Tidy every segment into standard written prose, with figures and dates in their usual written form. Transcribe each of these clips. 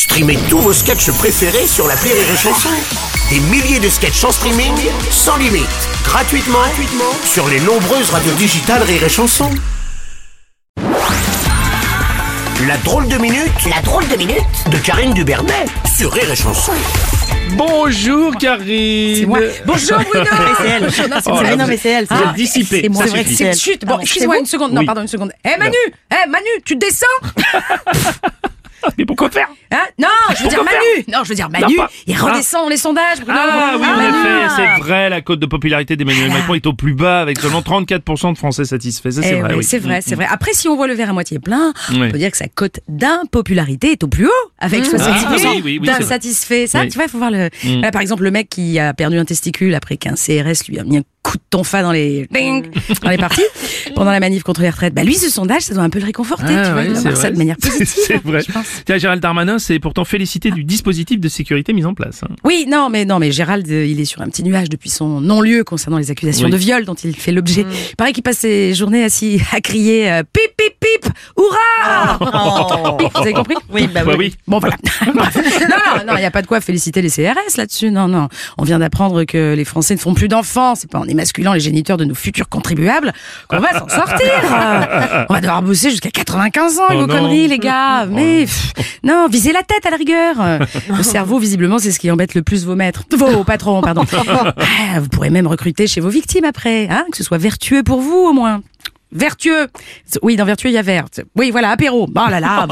Streamez tous vos sketchs préférés sur l'appli Rire et Chanson. Des milliers de sketchs en streaming, sans limite, gratuitement sur les nombreuses radios digitales Rire et Chanson. La drôle de minute de Karine Dubernet sur Rire et Chanson. Bonjour Karine. C'est moi. Bonjour Bruno. C'est elle. Non, mais c'est elle. Vous êtes dissipé. C'est moi. Ça suffit. C'est Chut, bon, excusez-moi une seconde. Non, Oui. pardon, une seconde. Manu, tu descends? Mais pourquoi faire? Hein? Non, je veux dire Manu. pas. Il redescend les sondages, Bruno. Ah oui, en Manu. effet, c'est vrai, la cote de popularité d'Emmanuel Macron est au plus bas avec seulement 34% de Français satisfaits. Ça, c'est vrai. Oui, Oui. c'est vrai. Après, si on voit le verre à moitié plein, Oui. on peut dire que sa cote d'impopularité est au plus haut, avec 70% oui, c'est vrai. d'insatisfaits. Ça, Oui. tu vois, il faut voir le... Voilà, par exemple, le mec qui a perdu un testicule après qu'un CRS lui a mis un coup de tonfa dans les parties pendant la manif contre les retraites. Bah lui, ce sondage, ça doit un peu le réconforter, tu vois, ouais, il va c'est voir ça vrai. de manière positive. C'est vrai. je pense. Tiens, Gérald Darmanin s'est pourtant félicité du dispositif de sécurité mis en place. Oui, non, mais Gérald, il est sur un petit nuage depuis son non-lieu concernant les accusations Oui. de viol dont il fait l'objet. Il paraît qu'il passe ses journées assis à crier pip, pip, pip, hurrah! Vous avez compris? Oui, bah Bah oui. oui. Bon, voilà. Non, il n'y a pas de quoi féliciter les CRS là-dessus. Non. On vient d'apprendre que les Français ne font plus d'enfants. C'est pas en émasculant les géniteurs de nos futurs contribuables qu'on va s'en sortir. On va devoir bosser jusqu'à 95 ans, Oh vos non. conneries, les gars. Mais, non, visez la tête à la rigueur. Le cerveau, visiblement, c'est ce qui embête le plus vos maîtres. Vos patrons, pardon. Vous pourrez même recruter chez vos victimes après, hein, que ce soit vertueux pour vous, au moins. Vertueux. Oui, dans vertueux, il y a vert. Oui, voilà, apéro. Oh là là.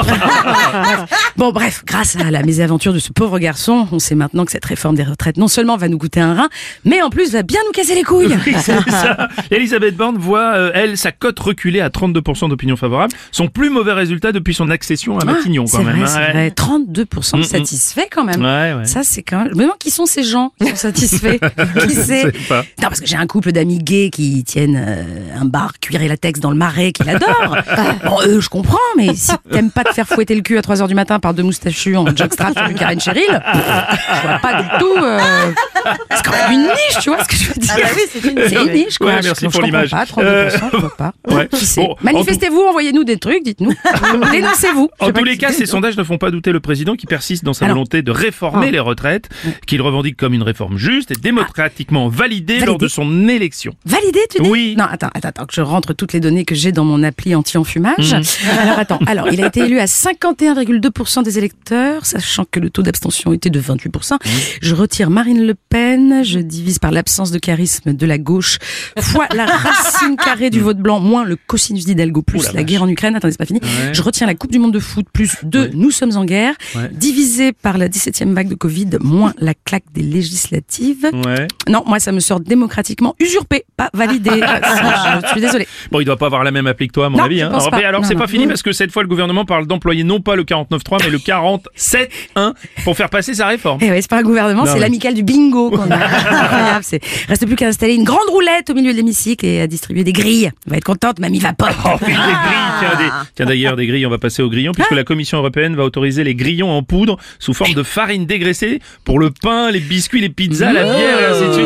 Bon, bref, grâce à la mésaventure de ce pauvre garçon, on sait maintenant que cette réforme des retraites non seulement va nous coûter un rein, mais en plus va bien nous casser les couilles. Oui, c'est ça. Elisabeth Borne voit, elle, sa cote reculer à 32% d'opinion favorable. Son plus mauvais résultat depuis son accession à Matignon, quand même. C'est vrai. 32% satisfaits, quand même. Ouais. Ça, c'est quand même... Je me demande qui sont ces gens qui sont satisfaits. Qui c'est? Je sais pas. Non, parce que j'ai un couple d'amis gays qui tiennent un bar cuir et latex dans le Marais qu'il adore. Bon, eux, je comprends, mais si t'aimes pas te faire fouetter le cul à 3h du matin par deux moustachus en jockstrap sur du Karen Cheryl, je vois pas du tout... C'est quand même une niche, tu vois ce que je veux dire? Ah bah oui, c'est une niche, quoi. Ouais, merci je pour l'image. comprends pas, 32%, je vois pas. Ouais. Qui c'est? Bon, Manifestez-vous, envoyez-nous des trucs, dites-nous. Dénoncez-vous. Je En sais pas tous les qui cas, c'est. ces sondages ne font pas douter le président qui persiste dans sa Alors. volonté de réformer les retraites, qu'il revendique comme une réforme juste et démocratiquement validée lors de son élection. Validé, tu dis? Oui. Non, attends, que je rentre toutes les données que j'ai dans mon appli anti-enfumage. Alors, il a été élu à 51,2% des électeurs, sachant que le taux d'abstention était de 28%. Je retire Marine Le Pen, je divise par l'absence de charisme de la gauche, fois la racine carrée du vote blanc, moins le cosinus d'Hidalgo, plus la guerre en Ukraine. Attendez, c'est pas fini. Ouais. Je retiens la Coupe du Monde de foot, plus 2, nous sommes en guerre, divisé par la 17e vague de Covid, moins la claque des législatives. Ouais. Non, moi, ça me sort démocratiquement usurpé, pas validé. Je suis désolée. Bon, il doit pas avoir la même appli que toi, à mon Non, avis. je Hein. pense pas. Alors, Non, c'est non. pas fini parce que cette fois, le gouvernement parle d'employer non pas le 49.3, mais le 47.1 pour faire passer sa réforme. Eh ouais, c'est pas un gouvernement, Non, c'est mais- l'amicale du bingo qu'on a. Incroyable, reste plus qu'à installer une grande roulette au milieu de l'hémicycle et à distribuer des grilles. On va être contente, mamie va pas. Oh, oui, des grilles. Tiens, d'ailleurs, des grilles, on va passer aux grillons, puisque la Commission européenne va autoriser les grillons en poudre sous forme de farine dégraissée pour le pain, les biscuits, les pizzas, la bière et ainsi de suite.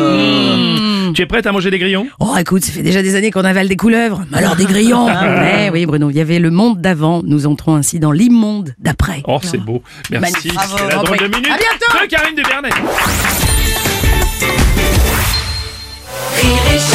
Tu es prête à manger des grillons? Oh, écoute, ça fait déjà des années qu'on avale des couleuvres. Mais alors des grillons. Eh oui, Bruno, il y avait le monde d'avant. Nous entrons ainsi dans l'immonde d'après. Oh, c'est beau. Merci. Magnifique. C'était la drôle de minute À bientôt. de Karine Dubernet. Rire et chanson.